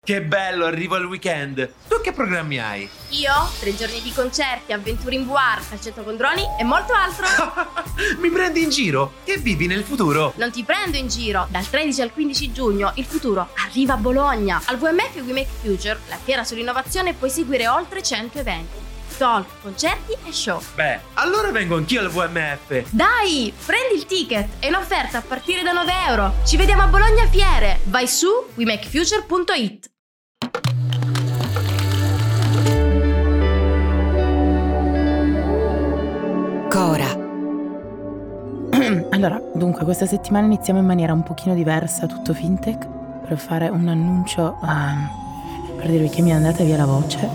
Che bello, arrivo al weekend. Tu che programmi hai? Io? 3 giorni di concerti, avventure in VR, calcetto con droni e molto altro. Mi prendi in giro? Che vivi nel futuro? Non ti prendo in giro. Dal 13 al 15 giugno il futuro arriva a Bologna. Al WMF We Make Future, la fiera sull'innovazione, puoi seguire oltre 100 eventi. Talk, concerti e show. Beh, allora vengo anch'io al WMF. Dai, prendi il ticket, è un'offerta a partire da 9 euro. Ci vediamo a Bologna Fiere. Vai su wemakefuture.it. Cora. Allora, dunque, questa settimana iniziamo in maniera un pochino diversa, tutto fintech, per fare un annuncio per dirvi che mi è andata via la voce.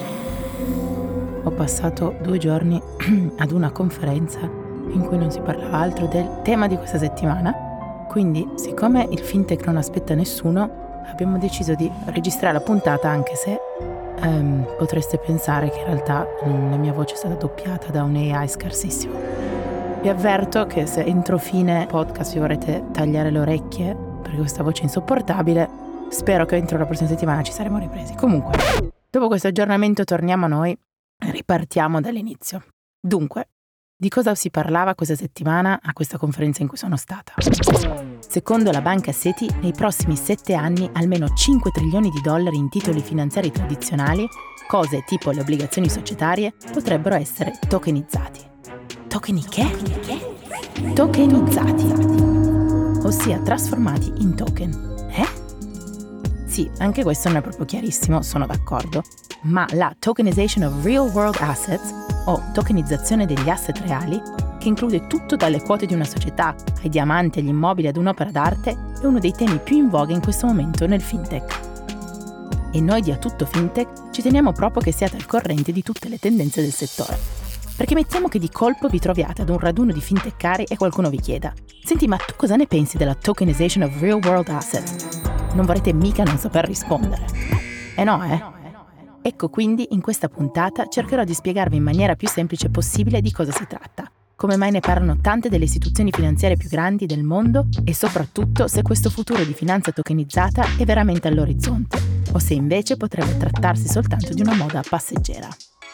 Ho passato 2 giorni ad una conferenza in cui non si parlava altro del tema di questa settimana, quindi siccome il fintech non aspetta nessuno, abbiamo deciso di registrare la puntata, anche se potreste pensare che in realtà la mia voce è stata doppiata da un AI scarsissimo. Vi avverto che se entro fine podcast vi vorrete tagliare le orecchie perché questa voce è insopportabile, spero che entro la prossima settimana ci saremo ripresi. Comunque, dopo questo aggiornamento torniamo a noi e ripartiamo dall'inizio. Dunque, di cosa si parlava questa settimana a questa conferenza in cui sono stata? Secondo la banca Citi, nei prossimi 7 anni almeno 5 trilioni di dollari in titoli finanziari tradizionali, cose tipo le obbligazioni societarie, potrebbero essere tokenizzati. Tokeni che? Tokenizzati, ossia trasformati in token. Sì, anche questo non è proprio chiarissimo, sono d'accordo, ma la tokenization of real world assets, o tokenizzazione degli asset reali, che include tutto dalle quote di una società, ai diamanti, agli immobili, ad un'opera d'arte, è uno dei temi più in voga in questo momento nel fintech. E noi di A Tutto Fintech ci teniamo proprio che siate al corrente di tutte le tendenze del settore. Perché mettiamo che di colpo vi troviate ad un raduno di fintechari e qualcuno vi chieda: «Senti, ma tu cosa ne pensi della tokenization of real world assets?» Non vorrete mica non saper rispondere. No? Ecco, quindi in questa puntata cercherò di spiegarvi in maniera più semplice possibile di cosa si tratta, come mai ne parlano tante delle istituzioni finanziarie più grandi del mondo e soprattutto se questo futuro di finanza tokenizzata è veramente all'orizzonte o se invece potrebbe trattarsi soltanto di una moda passeggera.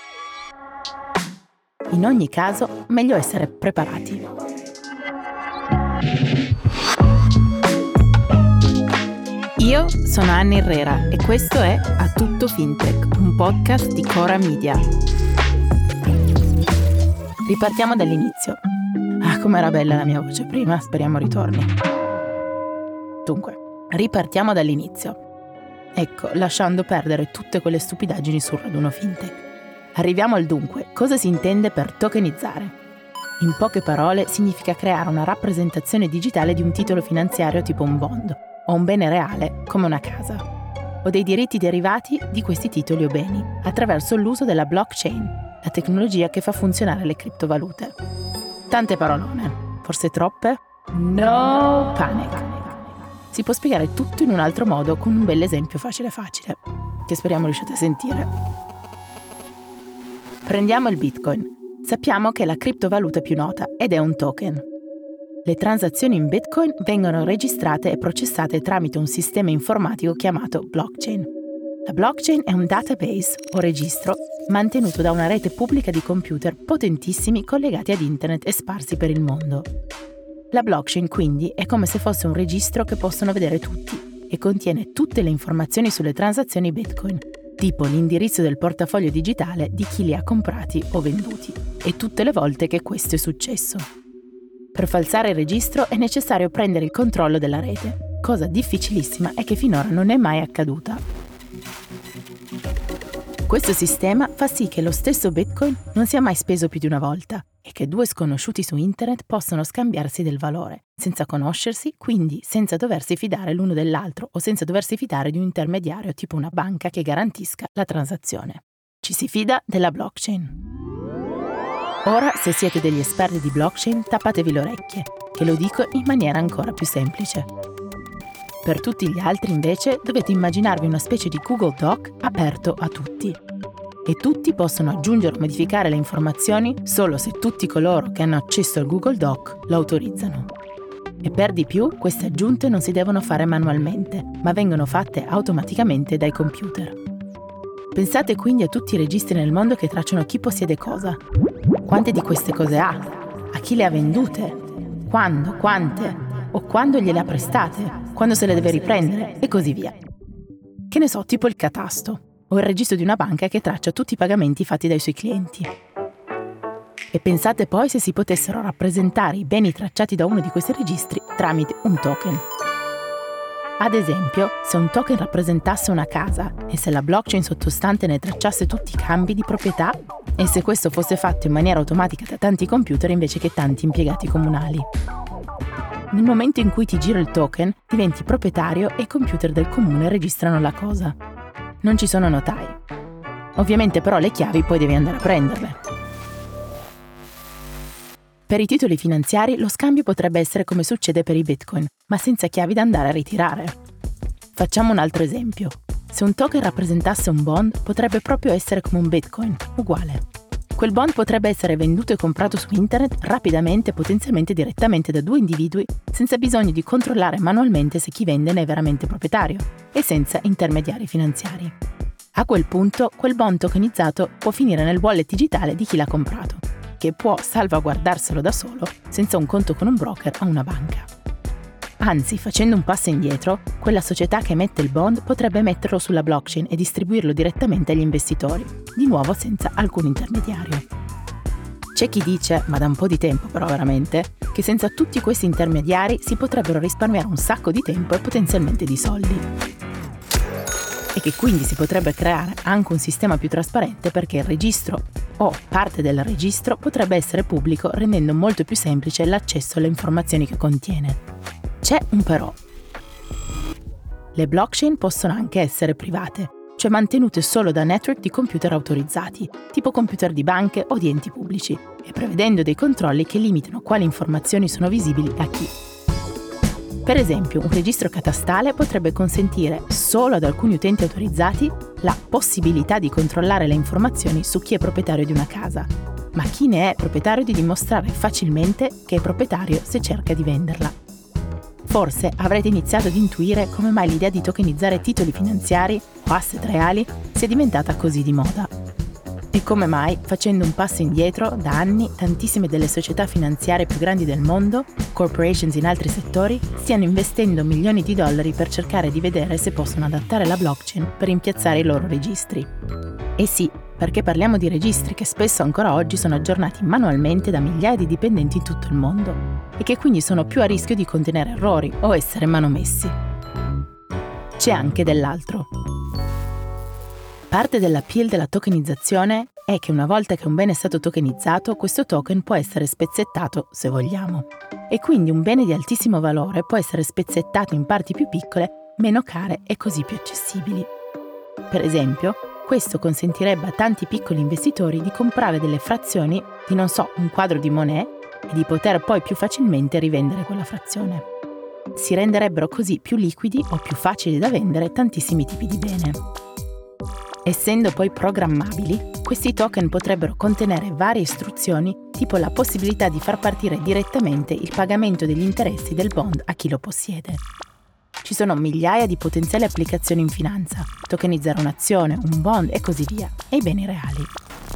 In ogni caso, meglio essere preparati. Io sono Anna Herrera e questo è A Tutto Fintech, un podcast di Cora Media. Ripartiamo dall'inizio. Com'era bella la mia voce prima, speriamo ritorni. Dunque, ripartiamo dall'inizio. Ecco, lasciando perdere tutte quelle stupidaggini sul raduno fintech. Arriviamo al dunque. Cosa si intende per tokenizzare? In poche parole, significa creare una rappresentazione digitale di un titolo finanziario tipo un bond, o un bene reale come una casa, o dei diritti derivati di questi titoli o beni, attraverso l'uso della blockchain, la tecnologia che fa funzionare le criptovalute. Tante parolone, forse troppe? No panic! Si può spiegare tutto in un altro modo con un bell'esempio facile, che speriamo riusciate a sentire. Prendiamo il Bitcoin. Sappiamo che è la criptovaluta più nota ed è un token. Le transazioni in Bitcoin vengono registrate e processate tramite un sistema informatico chiamato blockchain. La blockchain è un database o registro mantenuto da una rete pubblica di computer potentissimi collegati ad internet e sparsi per il mondo. La blockchain quindi è come se fosse un registro che possono vedere tutti e contiene tutte le informazioni sulle transazioni Bitcoin, tipo l'indirizzo del portafoglio digitale di chi li ha comprati o venduti e tutte le volte che questo è successo. Per falsare il registro è necessario prendere il controllo della rete, cosa difficilissima e che finora non è mai accaduta. Questo sistema fa sì che lo stesso Bitcoin non sia mai speso più di una volta e che 2 sconosciuti su internet possano scambiarsi del valore, senza conoscersi, quindi senza doversi fidare l'uno dell'altro o senza doversi fidare di un intermediario tipo una banca che garantisca la transazione. Ci si fida della blockchain. Ora, se siete degli esperti di blockchain, tappatevi le orecchie, che lo dico in maniera ancora più semplice. Per tutti gli altri, invece, dovete immaginarvi una specie di Google Doc aperto a tutti. E tutti possono aggiungere o modificare le informazioni solo se tutti coloro che hanno accesso al Google Doc lo autorizzano. E per di più, queste aggiunte non si devono fare manualmente, ma vengono fatte automaticamente dai computer. Pensate quindi a tutti i registri nel mondo che tracciano chi possiede cosa. Quante di queste cose ha? A chi le ha vendute? Quando? Quante? O quando gliele ha prestate? Quando se le deve riprendere? E così via. Che ne so, tipo il catasto, o il registro di una banca che traccia tutti i pagamenti fatti dai suoi clienti. E pensate poi se si potessero rappresentare i beni tracciati da uno di questi registri tramite un token. Ad esempio, se un token rappresentasse una casa e se la blockchain sottostante ne tracciasse tutti i cambi di proprietà e se questo fosse fatto in maniera automatica da tanti computer invece che tanti impiegati comunali. Nel momento in cui ti giro il token, diventi proprietario e i computer del comune registrano la cosa. Non ci sono notai. Ovviamente però le chiavi poi devi andare a prenderle. Per i titoli finanziari lo scambio potrebbe essere come succede per i bitcoin, ma senza chiavi da andare a ritirare. Facciamo un altro esempio. Se un token rappresentasse un bond, potrebbe proprio essere come un bitcoin, uguale. Quel bond potrebbe essere venduto e comprato su internet rapidamente e potenzialmente direttamente da due individui, senza bisogno di controllare manualmente se chi vende ne è veramente proprietario, e senza intermediari finanziari. A quel punto, quel bond tokenizzato può finire nel wallet digitale di chi l'ha comprato, che può salvaguardarselo da solo, senza un conto con un broker o una banca. Anzi, facendo un passo indietro, quella società che emette il bond potrebbe metterlo sulla blockchain e distribuirlo direttamente agli investitori, di nuovo senza alcun intermediario. C'è chi dice, ma da un po' di tempo però veramente, che senza tutti questi intermediari si potrebbero risparmiare un sacco di tempo e potenzialmente di soldi. E che quindi si potrebbe creare anche un sistema più trasparente perché il registro o parte del registro potrebbe essere pubblico, rendendo molto più semplice l'accesso alle informazioni che contiene. C'è un però. Le blockchain possono anche essere private, cioè mantenute solo da network di computer autorizzati, tipo computer di banche o di enti pubblici, e prevedendo dei controlli che limitano quali informazioni sono visibili a chi. Per esempio, un registro catastale potrebbe consentire solo ad alcuni utenti autorizzati la possibilità di controllare le informazioni su chi è proprietario di una casa, ma chi ne è proprietario di dimostrare facilmente che è proprietario se cerca di venderla. Forse avrete iniziato ad intuire come mai l'idea di tokenizzare titoli finanziari o asset reali sia diventata così di moda. E come mai, facendo un passo indietro, da anni tantissime delle società finanziarie più grandi del mondo, corporations in altri settori, stiano investendo milioni di dollari per cercare di vedere se possono adattare la blockchain per rimpiazzare i loro registri. E sì, perché parliamo di registri che spesso ancora oggi sono aggiornati manualmente da migliaia di dipendenti in tutto il mondo e che quindi sono più a rischio di contenere errori o essere manomessi. C'è anche dell'altro. Parte dell'appeal della tokenizzazione è che una volta che un bene è stato tokenizzato, questo token può essere spezzettato se vogliamo. E quindi un bene di altissimo valore può essere spezzettato in parti più piccole, meno care e così più accessibili. Per esempio, questo consentirebbe a tanti piccoli investitori di comprare delle frazioni di, un quadro di Monet e di poter poi più facilmente rivendere quella frazione. Si renderebbero così più liquidi o più facili da vendere tantissimi tipi di bene. Essendo poi programmabili, questi token potrebbero contenere varie istruzioni, tipo la possibilità di far partire direttamente il pagamento degli interessi del bond a chi lo possiede. Ci sono migliaia di potenziali applicazioni in finanza, tokenizzare un'azione, un bond e così via, e i beni reali.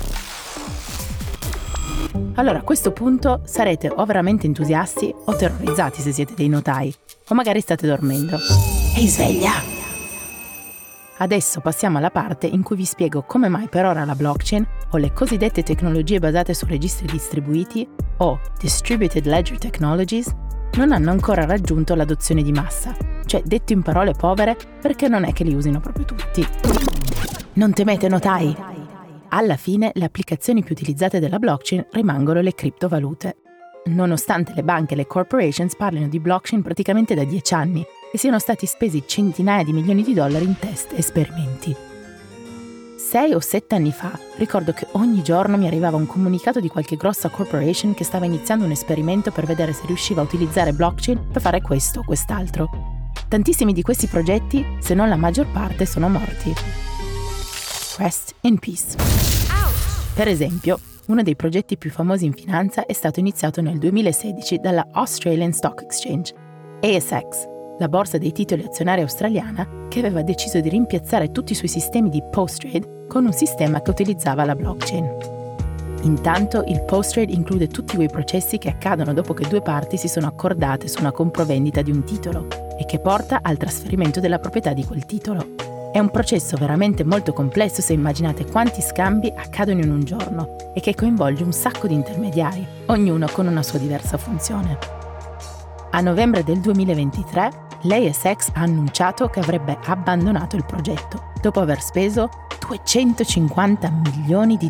Allora a questo punto sarete o veramente entusiasti o terrorizzati se siete dei notai, o magari state dormendo. Ehi sveglia! Adesso passiamo alla parte in cui vi spiego come mai per ora la blockchain o le cosiddette tecnologie basate su registri distribuiti o Distributed Ledger Technologies non hanno ancora raggiunto l'adozione di massa, cioè detto in parole povere perché non è che li usino proprio tutti. Non temete notai! Alla fine le applicazioni più utilizzate della blockchain rimangono le criptovalute, nonostante le banche e le corporations parlino di blockchain praticamente da 10 anni e siano stati spesi centinaia di milioni di dollari in test e esperimenti. 6 o 7 anni fa ricordo che ogni giorno mi arrivava un comunicato di qualche grossa corporation che stava iniziando un esperimento per vedere se riusciva a utilizzare blockchain per fare questo o quest'altro. Tantissimi di questi progetti, se non la maggior parte, sono morti. Rest in peace. Per esempio, uno dei progetti più famosi in finanza è stato iniziato nel 2016 dalla Australian Stock Exchange, ASX, la borsa dei titoli azionari australiana, che aveva deciso di rimpiazzare tutti i suoi sistemi di post-trade con un sistema che utilizzava la blockchain. Intanto il post-trade include tutti quei processi che accadono dopo che due parti si sono accordate su una compravendita di un titolo e che porta al trasferimento della proprietà di quel titolo. È un processo veramente molto complesso se immaginate quanti scambi accadono in un giorno e che coinvolge un sacco di intermediari, ognuno con una sua diversa funzione. A novembre del 2023, l'ASX ha annunciato che avrebbe abbandonato il progetto dopo aver speso $250 milioni.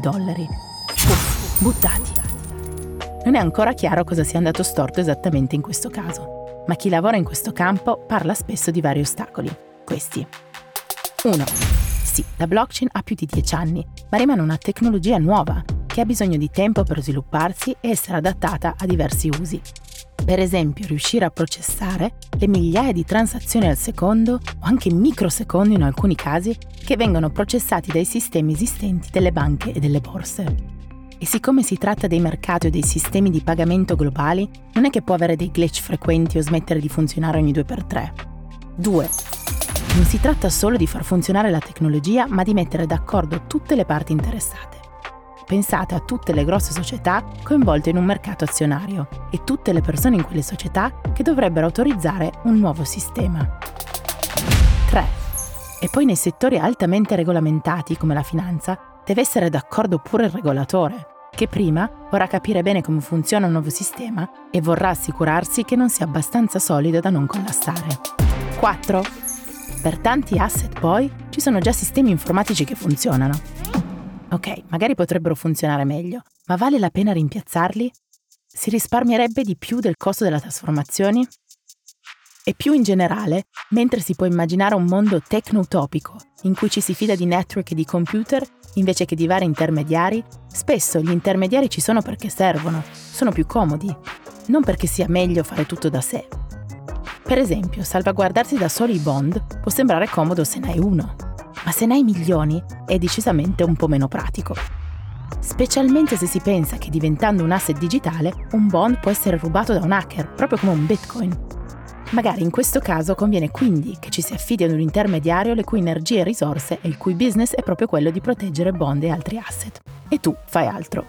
Buttati. Non è ancora chiaro cosa sia andato storto esattamente in questo caso, ma chi lavora in questo campo parla spesso di vari ostacoli. Questi. 1. Sì, la blockchain ha più di 10 anni, ma rimane una tecnologia nuova che ha bisogno di tempo per svilupparsi e essere adattata a diversi usi. Per esempio, riuscire a processare le migliaia di transazioni al secondo o anche microsecondi in alcuni casi che vengono processati dai sistemi esistenti delle banche e delle borse. E siccome si tratta dei mercati o dei sistemi di pagamento globali, non è che può avere dei glitch frequenti o smettere di funzionare ogni 2x3. 2. Non si tratta solo di far funzionare la tecnologia, ma di mettere d'accordo tutte le parti interessate. Pensate a tutte le grosse società coinvolte in un mercato azionario e tutte le persone in quelle società che dovrebbero autorizzare un nuovo sistema. 3. E poi nei settori altamente regolamentati come la finanza deve essere d'accordo pure il regolatore, che prima vorrà capire bene come funziona un nuovo sistema e vorrà assicurarsi che non sia abbastanza solido da non collassare. 4. Per tanti asset poi ci sono già sistemi informatici che funzionano. Ok, magari potrebbero funzionare meglio, ma vale la pena rimpiazzarli? Si risparmierebbe di più del costo della trasformazione? E più in generale, mentre si può immaginare un mondo tecno-utopico in cui ci si fida di network e di computer invece che di vari intermediari, spesso gli intermediari ci sono perché servono, sono più comodi, non perché sia meglio fare tutto da sé. Per esempio, salvaguardarsi da soli i bond può sembrare comodo se ne hai uno, ma se ne hai milioni è decisamente un po' meno pratico. Specialmente se si pensa che diventando un asset digitale, un bond può essere rubato da un hacker, proprio come un Bitcoin. Magari in questo caso conviene quindi che ci si affidi ad un intermediario le cui energie e risorse e il cui business è proprio quello di proteggere bond e altri asset. E tu fai altro.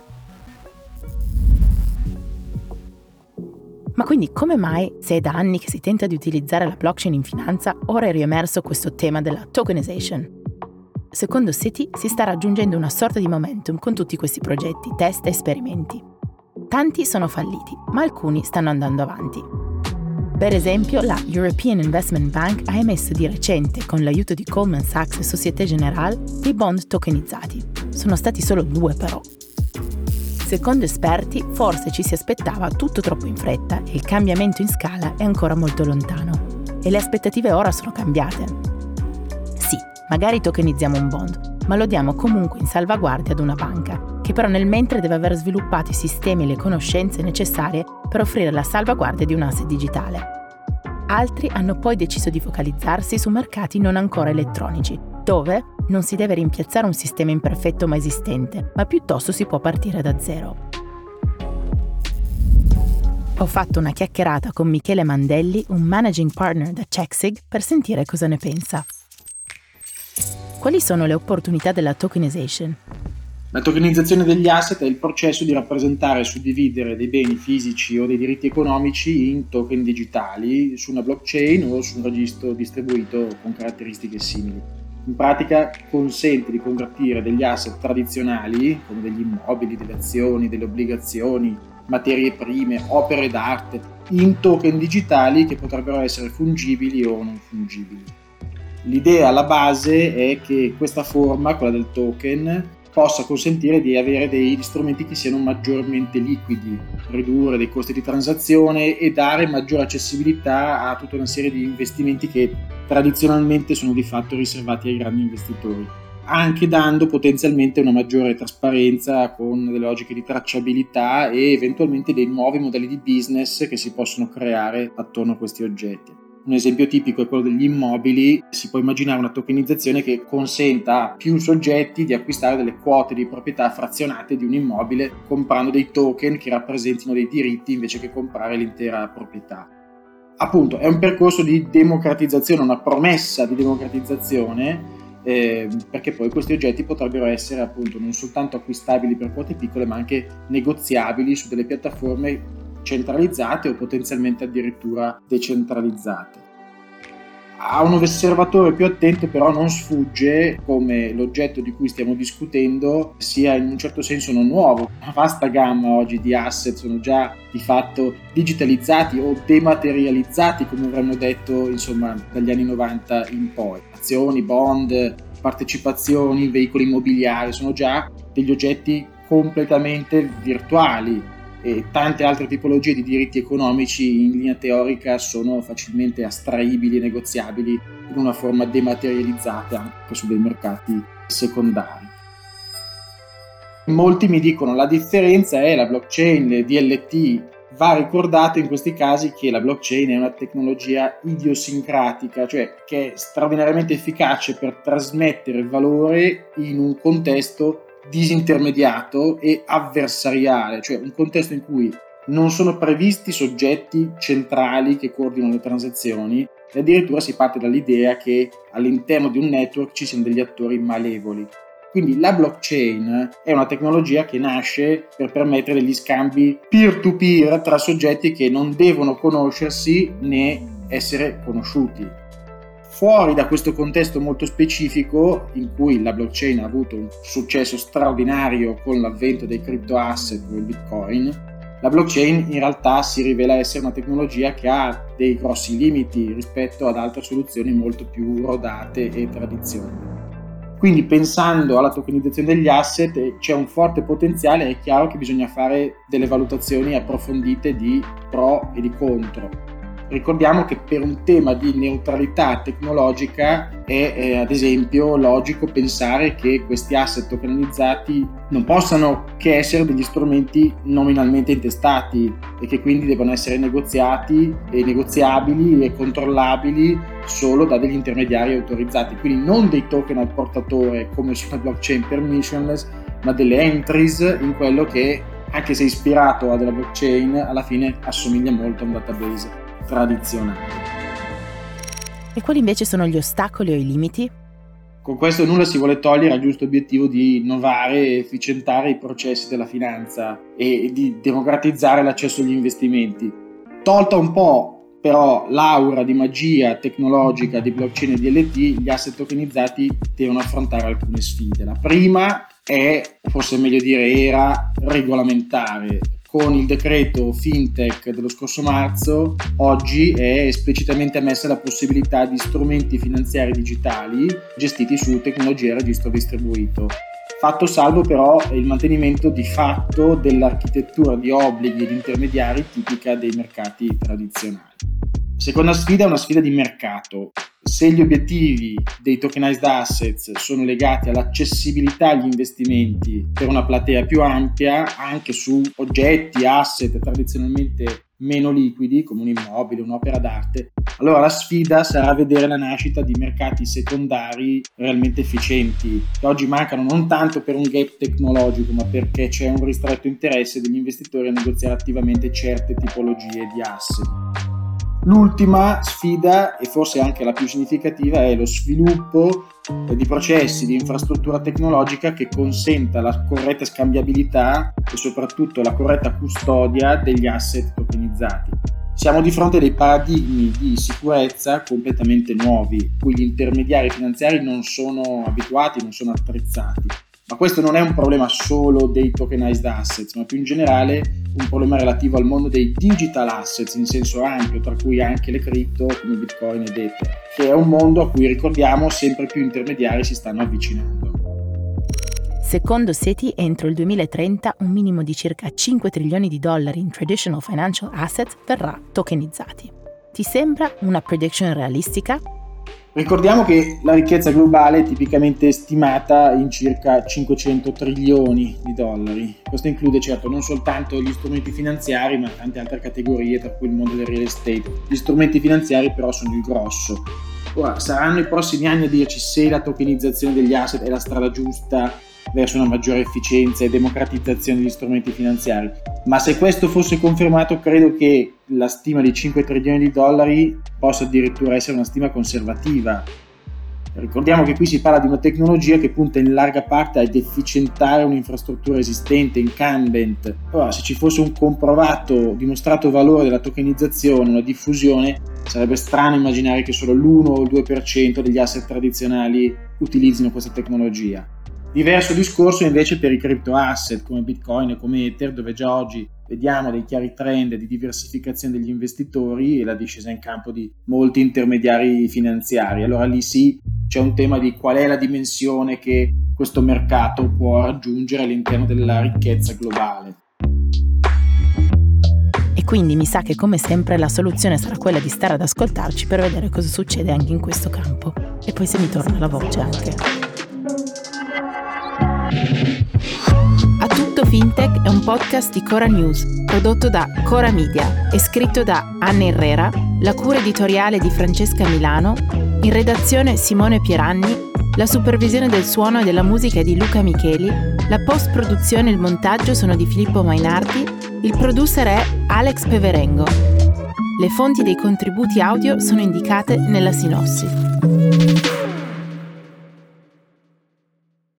Ma quindi come mai, se è da anni che si tenta di utilizzare la blockchain in finanza, ora è riemerso questo tema della tokenization? Secondo Citi si sta raggiungendo una sorta di momentum con tutti questi progetti, test e esperimenti. Tanti sono falliti, ma alcuni stanno andando avanti. Per esempio, la European Investment Bank ha emesso di recente, con l'aiuto di Goldman Sachs e Société Générale, dei bond tokenizzati. Sono stati solo 2 però. Secondo esperti, forse ci si aspettava tutto troppo in fretta e il cambiamento in scala è ancora molto lontano. E le aspettative ora sono cambiate. Sì, magari tokenizziamo un bond, ma lo diamo comunque in salvaguardia ad una banca, che però nel mentre deve aver sviluppato i sistemi e le conoscenze necessarie per offrire la salvaguardia di un asset digitale. Altri hanno poi deciso di focalizzarsi su mercati non ancora elettronici, dove non si deve rimpiazzare un sistema imperfetto ma esistente, ma piuttosto si può partire da zero. Ho fatto una chiacchierata con Michele Mandelli, un managing partner da CheckSig, per sentire cosa ne pensa. Quali sono le opportunità della tokenization? La tokenizzazione degli asset è il processo di rappresentare e suddividere dei beni fisici o dei diritti economici in token digitali su una blockchain o su un registro distribuito con caratteristiche simili. In pratica consente di convertire degli asset tradizionali, come degli immobili, delle azioni, delle obbligazioni, materie prime, opere d'arte, in token digitali che potrebbero essere fungibili o non fungibili. L'idea alla base è che questa forma, quella del token, possa consentire di avere degli strumenti che siano maggiormente liquidi, ridurre dei costi di transazione e dare maggiore accessibilità a tutta una serie di investimenti che tradizionalmente sono di fatto riservati ai grandi investitori, anche dando potenzialmente una maggiore trasparenza con delle logiche di tracciabilità e eventualmente dei nuovi modelli di business che si possono creare attorno a questi oggetti. Un esempio tipico è quello degli immobili. Si può immaginare una tokenizzazione che consenta a più soggetti di acquistare delle quote di proprietà frazionate di un immobile comprando dei token che rappresentino dei diritti invece che comprare l'intera proprietà. Appunto, è un percorso di democratizzazione, una promessa di democratizzazione, perché poi questi oggetti potrebbero essere appunto non soltanto acquistabili per quote piccole, ma anche negoziabili su delle piattaforme centralizzate o potenzialmente addirittura decentralizzate. A un osservatore più attento però non sfugge come l'oggetto di cui stiamo discutendo sia in un certo senso non nuovo. Una vasta gamma oggi di asset sono già di fatto digitalizzati o dematerializzati, come avremmo detto, insomma, dagli anni 90 in poi. Azioni, bond, partecipazioni, veicoli immobiliari sono già degli oggetti completamente virtuali, e tante altre tipologie di diritti economici in linea teorica sono facilmente astraibili e negoziabili in una forma dematerializzata anche su dei mercati secondari. Molti mi dicono la differenza è la blockchain, le DLT. Va ricordato in questi casi che la blockchain è una tecnologia idiosincratica, cioè che è straordinariamente efficace per trasmettere valore in un contesto disintermediato e avversariale, cioè un contesto in cui non sono previsti soggetti centrali che coordinano le transazioni e addirittura si parte dall'idea che all'interno di un network ci siano degli attori malevoli. Quindi la blockchain è una tecnologia che nasce per permettere degli scambi peer-to-peer tra soggetti che non devono conoscersi né essere conosciuti. Fuori da questo contesto molto specifico, in cui la blockchain ha avuto un successo straordinario con l'avvento dei crypto asset come il Bitcoin, la blockchain in realtà si rivela essere una tecnologia che ha dei grossi limiti rispetto ad altre soluzioni molto più rodate e tradizionali. Quindi pensando alla tokenizzazione degli asset c'è un forte potenziale, è chiaro che bisogna fare delle valutazioni approfondite di pro e di contro. Ricordiamo che per un tema di neutralità tecnologica è ad esempio logico pensare che questi asset tokenizzati non possano che essere degli strumenti nominalmente intestati e che quindi devono essere negoziati e negoziabili e controllabili solo da degli intermediari autorizzati, quindi non dei token al portatore come sulla blockchain permissionless, ma delle entries in quello che, anche se ispirato a della blockchain, alla fine assomiglia molto a un database tradizionale. E quali invece sono gli ostacoli o i limiti? Con questo nulla si vuole togliere al giusto obiettivo di innovare e efficientare i processi della finanza e di democratizzare l'accesso agli investimenti. Tolta un po' però l'aura di magia tecnologica di blockchain e DLT, gli asset tokenizzati devono affrontare alcune sfide. La prima è, forse è meglio dire era, regolamentare. Con il decreto FinTech dello scorso marzo, oggi è esplicitamente ammessa la possibilità di strumenti finanziari digitali gestiti su tecnologia a registro distribuito. Fatto salvo però il mantenimento di fatto dell'architettura di obblighi ed intermediari tipica dei mercati tradizionali. La seconda sfida è una sfida di mercato. Se gli obiettivi dei tokenized assets sono legati all'accessibilità agli investimenti per una platea più ampia, anche su oggetti, asset tradizionalmente meno liquidi, come un immobile, un'opera d'arte, allora la sfida sarà vedere la nascita di mercati secondari realmente efficienti, che oggi mancano non tanto per un gap tecnologico, ma perché c'è un ristretto interesse degli investitori a negoziare attivamente certe tipologie di asset. L'ultima sfida, e forse anche la più significativa, è lo sviluppo di processi di infrastruttura tecnologica che consenta la corretta scambiabilità e soprattutto la corretta custodia degli asset tokenizzati. Siamo di fronte a dei paradigmi di sicurezza completamente nuovi, cui gli intermediari finanziari non sono abituati, non sono attrezzati. Ma questo non è un problema solo dei tokenized assets, ma più in generale un problema relativo al mondo dei digital assets in senso ampio, tra cui anche le cripto come Bitcoin ed Ether, che è un mondo a cui, ricordiamo, sempre più intermediari si stanno avvicinando. Secondo SETI, entro il 2030 un minimo di circa 5 trilioni di dollari in traditional financial assets verrà tokenizzati. Ti sembra una prediction realistica? Ricordiamo che la ricchezza globale è tipicamente stimata in circa 500 trilioni di dollari. Questo include certo non soltanto gli strumenti finanziari, ma tante altre categorie, tra cui il mondo del real estate. Gli strumenti finanziari però sono il grosso. Ora, saranno i prossimi anni a dirci se la tokenizzazione degli asset è la strada giusta verso una maggiore efficienza e democratizzazione degli strumenti finanziari. Ma se questo fosse confermato, credo che la stima di 5 trilioni di dollari possa addirittura essere una stima conservativa. Ricordiamo che qui si parla di una tecnologia che punta in larga parte ad efficientare un'infrastruttura esistente, incumbent. Ora, se ci fosse un comprovato, dimostrato valore della tokenizzazione, una diffusione, sarebbe strano immaginare che solo l'1 o il 2% degli asset tradizionali utilizzino questa tecnologia. Diverso discorso invece per i crypto asset come Bitcoin e come Ether, dove già oggi vediamo dei chiari trend di diversificazione degli investitori e la discesa in campo di molti intermediari finanziari. Allora lì sì, c'è un tema di qual è la dimensione che questo mercato può raggiungere all'interno della ricchezza globale. E quindi mi sa che come sempre la soluzione sarà quella di stare ad ascoltarci per vedere cosa succede anche in questo campo. E poi se mi torna la voce anche. A Tutto Fintech è un podcast di Cora News, prodotto da Cora Media e scritto da Anna Herrera, la cura editoriale di Francesca Milano, in redazione Simone Pieranni, la supervisione del suono e della musica è di Luca Micheli, la post-produzione e il montaggio sono di Filippo Mainardi, il producer è Alex Peverengo. Le fonti dei contributi audio sono indicate nella sinossi.